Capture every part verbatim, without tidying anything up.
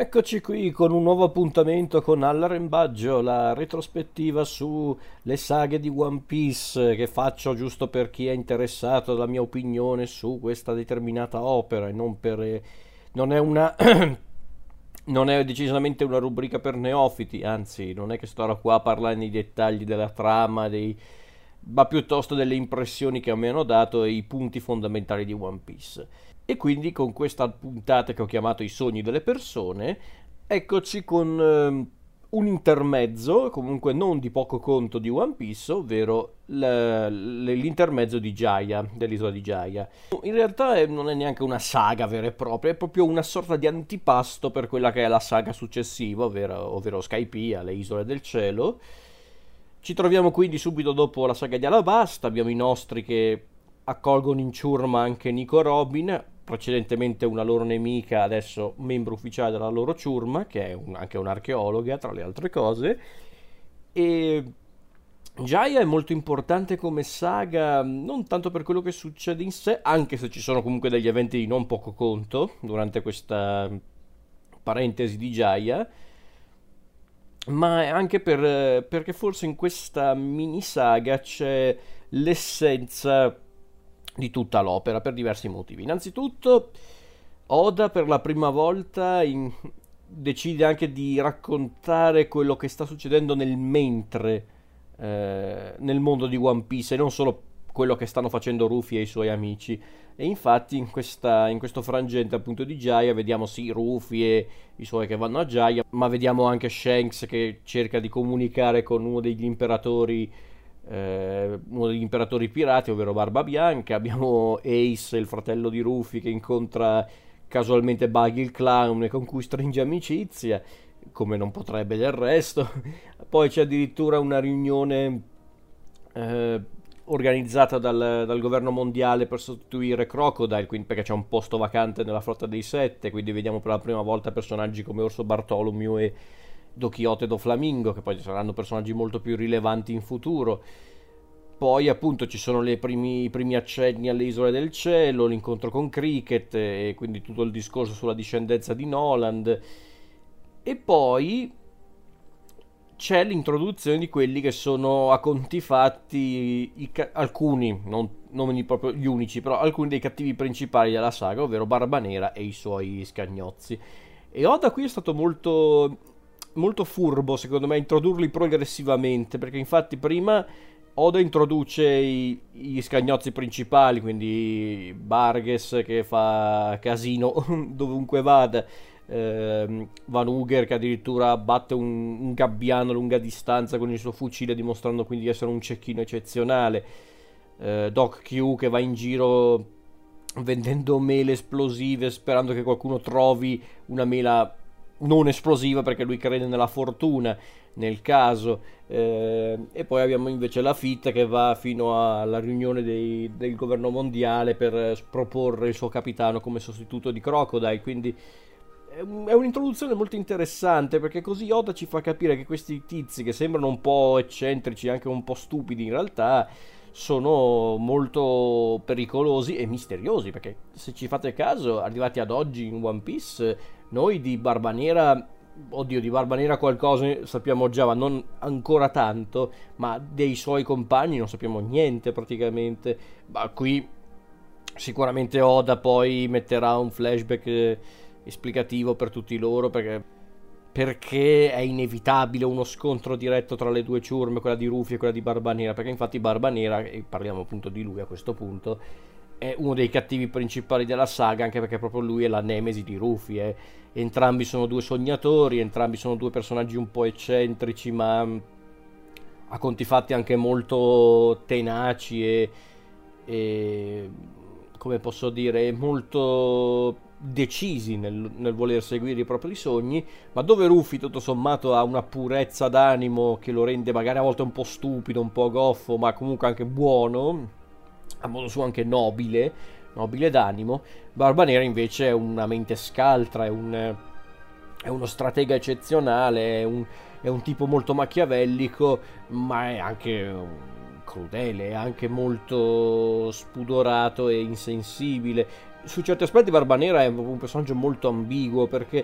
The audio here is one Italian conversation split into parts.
Eccoci qui con un nuovo appuntamento con All'Arrembaggio, la retrospettiva sulle saghe di One Piece che faccio giusto per chi è interessato alla mia opinione su questa determinata opera e non per... eh, non è una... non è decisamente una rubrica per neofiti, anzi non è che starò qua a parlare nei dettagli della trama, dei... ma piuttosto delle impressioni che mi hanno dato e i punti fondamentali di One Piece. E quindi con questa puntata che ho chiamato I sogni delle persone, eccoci con ehm, un intermezzo, comunque non di poco conto di One Piece, ovvero l- l- l'intermezzo di Jaya, dell'isola di Jaya. In realtà è- non è neanche una saga vera e propria, è proprio una sorta di antipasto per quella che è la saga successiva, ovvero, ovvero Skypiea, le isole del cielo. Ci troviamo quindi subito dopo la saga di Alabasta, abbiamo i nostri che accolgono in ciurma anche Nico Robin, precedentemente una loro nemica, adesso membro ufficiale della loro ciurma, che è un- anche un'archeologa tra le altre cose. E Jaya è molto importante come saga, non tanto per quello che succede in sé, anche se ci sono comunque degli eventi di non poco conto durante questa parentesi di Jaya, ma è anche per, perché forse in questa mini saga c'è l'essenza di tutta l'opera per diversi motivi. Innanzitutto, Oda per la prima volta in- decide anche di raccontare quello che sta succedendo nel mentre eh, nel mondo di One Piece e non solo quello che stanno facendo Rufy e i suoi amici. E infatti in, questa, in questo frangente appunto di Jaya vediamo sì Rufy e i suoi che vanno a Jaya, ma vediamo anche Shanks che cerca di comunicare con uno degli imperatori, eh, uno degli imperatori pirati, ovvero Barba Bianca. Abbiamo Ace, il fratello di Rufy, che incontra casualmente Buggy il clown e con cui stringe amicizia, come non potrebbe del resto. Poi c'è addirittura una riunione eh, organizzata dal, dal governo mondiale per sostituire Crocodile, quindi perché c'è un posto vacante nella flotta dei sette, quindi vediamo per la prima volta personaggi come Orso Bartolomeo e Do Quixote e Do Flamingo, che poi saranno personaggi molto più rilevanti in futuro. Poi appunto ci sono le primi- i primi accenni alle isole del cielo, l'incontro con Cricket e quindi tutto il discorso sulla discendenza di Noland. E poi c'è l'introduzione di quelli che sono a conti fatti i ca- alcuni, non, non proprio gli unici, però alcuni dei cattivi principali della saga, ovvero Barba Nera e i suoi scagnozzi. E Oda qui è stato molto, molto furbo, secondo me, a introdurli progressivamente, perché infatti prima Oda introduce i- gli scagnozzi principali, quindi Barges che fa casino dovunque vada, ehm, Van Uger che addirittura batte un, un gabbiano a lunga distanza con il suo fucile, dimostrando quindi di essere un cecchino eccezionale, eh, Doc Q che va in giro vendendo mele esplosive sperando che qualcuno trovi una mela non esplosiva perché lui crede nella fortuna nel caso. Eh, e poi abbiamo invece la Fitta che va fino alla riunione dei- del governo mondiale per eh, proporre il suo capitano come sostituto di Crocodile, quindi è un- è un'introduzione molto interessante perché così Oda ci fa capire che questi tizi che sembrano un po' eccentrici, anche un po' stupidi in realtà, sono molto pericolosi e misteriosi, perché se ci fate caso, arrivati ad oggi in One Piece, noi di Barba Nera, oddio, di Barba Nera qualcosa sappiamo già, ma non ancora tanto, ma dei suoi compagni non sappiamo niente praticamente. Ma qui sicuramente Oda poi metterà un flashback eh, esplicativo per tutti loro, perché perché è inevitabile uno scontro diretto tra le due ciurme, quella di Rufy e quella di Barba Nera, perché infatti Barba Nera, e parliamo appunto di lui a questo punto, è uno dei cattivi principali della saga, anche perché proprio lui è la nemesi di Rufy. eh. Entrambi sono due sognatori, entrambi sono due personaggi un po' eccentrici, ma mh, a conti fatti anche molto tenaci e, e come posso dire, molto decisi nel, nel voler seguire i propri sogni, ma dove Rufy tutto sommato ha una purezza d'animo che lo rende magari a volte un po' stupido, un po' goffo, ma comunque anche buono, a modo suo anche nobile, nobile d'animo. Barba Nera invece è una mente scaltra, è un, è uno stratega eccezionale, è un, è un tipo molto machiavellico, ma è anche crudele, è anche molto spudorato e insensibile. Su certi aspetti Barba Nera è un personaggio molto ambiguo perché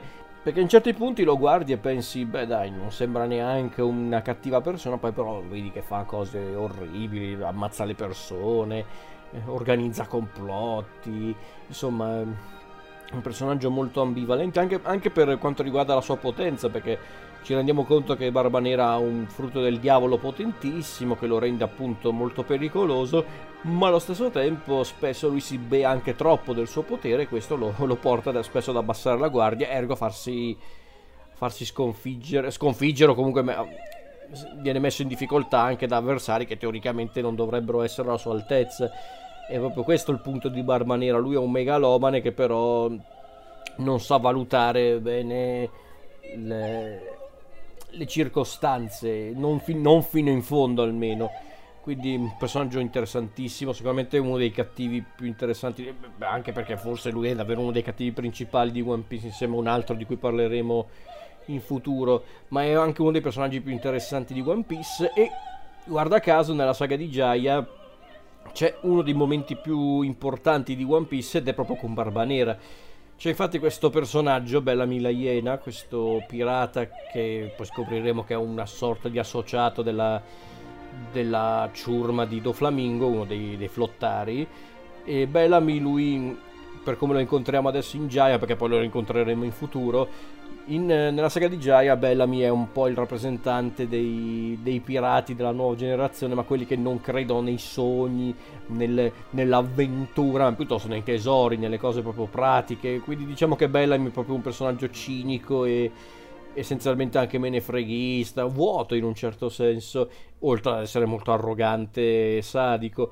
Perché in certi punti lo guardi e pensi, beh dai, non sembra neanche una cattiva persona, poi però vedi che fa cose orribili, ammazza le persone, eh, organizza complotti, insomma, è un personaggio molto ambivalente anche, anche per quanto riguarda la sua potenza, perché ci rendiamo conto che Barba Nera ha un frutto del diavolo potentissimo che lo rende appunto molto pericoloso, ma allo stesso tempo spesso lui si bea anche troppo del suo potere e questo lo, lo porta da, spesso ad abbassare la guardia, ergo farsi, farsi sconfiggere, sconfiggere o comunque me- viene messo in difficoltà anche da avversari che teoricamente non dovrebbero essere alla sua altezza. È proprio questo il punto di Barba Nera, lui è un megalomane che però non sa valutare bene le, le circostanze, non, fi- non fino in fondo almeno. Quindi un personaggio interessantissimo, sicuramente uno dei cattivi più interessanti, anche perché forse lui è davvero uno dei cattivi principali di One Piece insieme a un altro di cui parleremo in futuro, ma è anche uno dei personaggi più interessanti di One Piece e guarda caso nella saga di Jaya c'è uno dei momenti più importanti di One Piece ed è proprio con Barba Nera. C'è infatti questo personaggio, Bellamy la Iena, questo pirata che poi scopriremo che è una sorta di associato della, della ciurma di Doflamingo, uno dei, dei flottari. E Bellamy, lui, per come lo incontriamo adesso in Jaya, perché poi lo incontreremo in futuro, in, nella saga di Jaya Bellamy è un po' il rappresentante dei, dei pirati della nuova generazione, ma quelli che non credono nei sogni, nel, nell'avventura, ma piuttosto nei tesori, nelle cose proprio pratiche. Quindi diciamo che Bellamy è proprio un personaggio cinico e essenzialmente anche menefreghista, vuoto in un certo senso, oltre ad essere molto arrogante e sadico.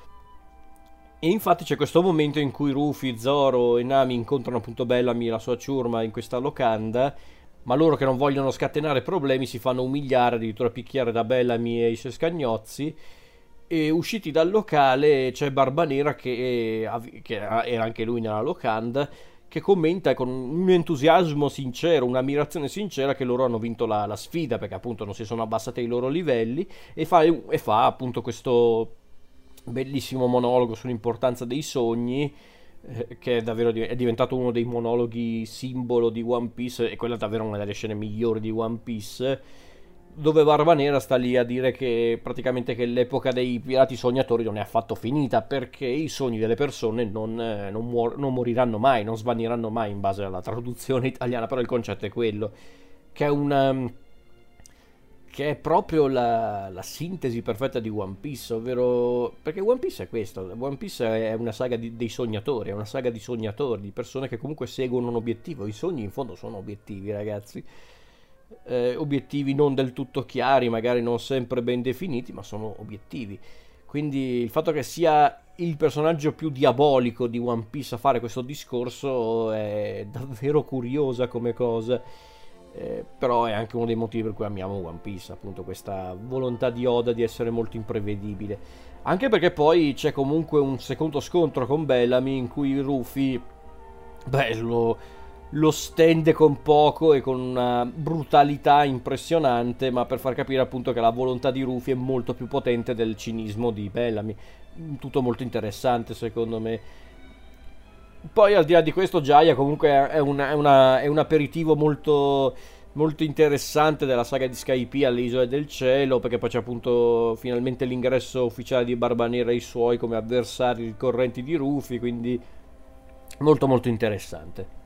E infatti c'è questo momento in cui Rufy, Zoro e Nami incontrano appunto Bellamy e la sua ciurma in questa locanda, ma loro che non vogliono scatenare problemi si fanno umiliare, addirittura picchiare da Bellamy e i suoi scagnozzi. E usciti dal locale c'è Barba Nera che, che era anche lui nella locanda, che commenta con un entusiasmo sincero, un'ammirazione sincera che loro hanno vinto la, la sfida perché appunto non si sono abbassati ai loro livelli e fa, e fa appunto questo bellissimo monologo sull'importanza dei sogni, eh, che è davvero è diventato uno dei monologhi simbolo di One Piece e quella è davvero una delle scene migliori di One Piece, dove Barba Nera sta lì a dire che praticamente che l'epoca dei pirati sognatori non è affatto finita perché i sogni delle persone non, eh, non, muor- non moriranno mai, non svaniranno mai in base alla traduzione italiana, però il concetto è quello, che è una che è proprio la, la sintesi perfetta di One Piece, ovvero perché One Piece è questo, One Piece è una saga di, dei sognatori, è una saga di sognatori, di persone che comunque seguono un obiettivo, i sogni in fondo sono obiettivi, ragazzi, eh, obiettivi non del tutto chiari, magari non sempre ben definiti, ma sono obiettivi. Quindi il fatto che sia il personaggio più diabolico di One Piece a fare questo discorso è davvero curiosa come cosa. Eh, però è anche uno dei motivi per cui amiamo One Piece, appunto questa volontà di Oda di essere molto imprevedibile, anche perché poi c'è comunque un secondo scontro con Bellamy in cui Rufy beh, lo, lo stende con poco e con una brutalità impressionante, ma per far capire appunto che la volontà di Rufy è molto più potente del cinismo di Bellamy. Tutto molto interessante secondo me. Poi al di là di questo Jaya comunque è, una- è una- è un aperitivo molto, molto interessante della saga di Skypiea alle Isole del Cielo, perché poi c'è appunto finalmente l'ingresso ufficiale di Barba Nera e i suoi come avversari ricorrenti di Rufy, quindi molto molto interessante.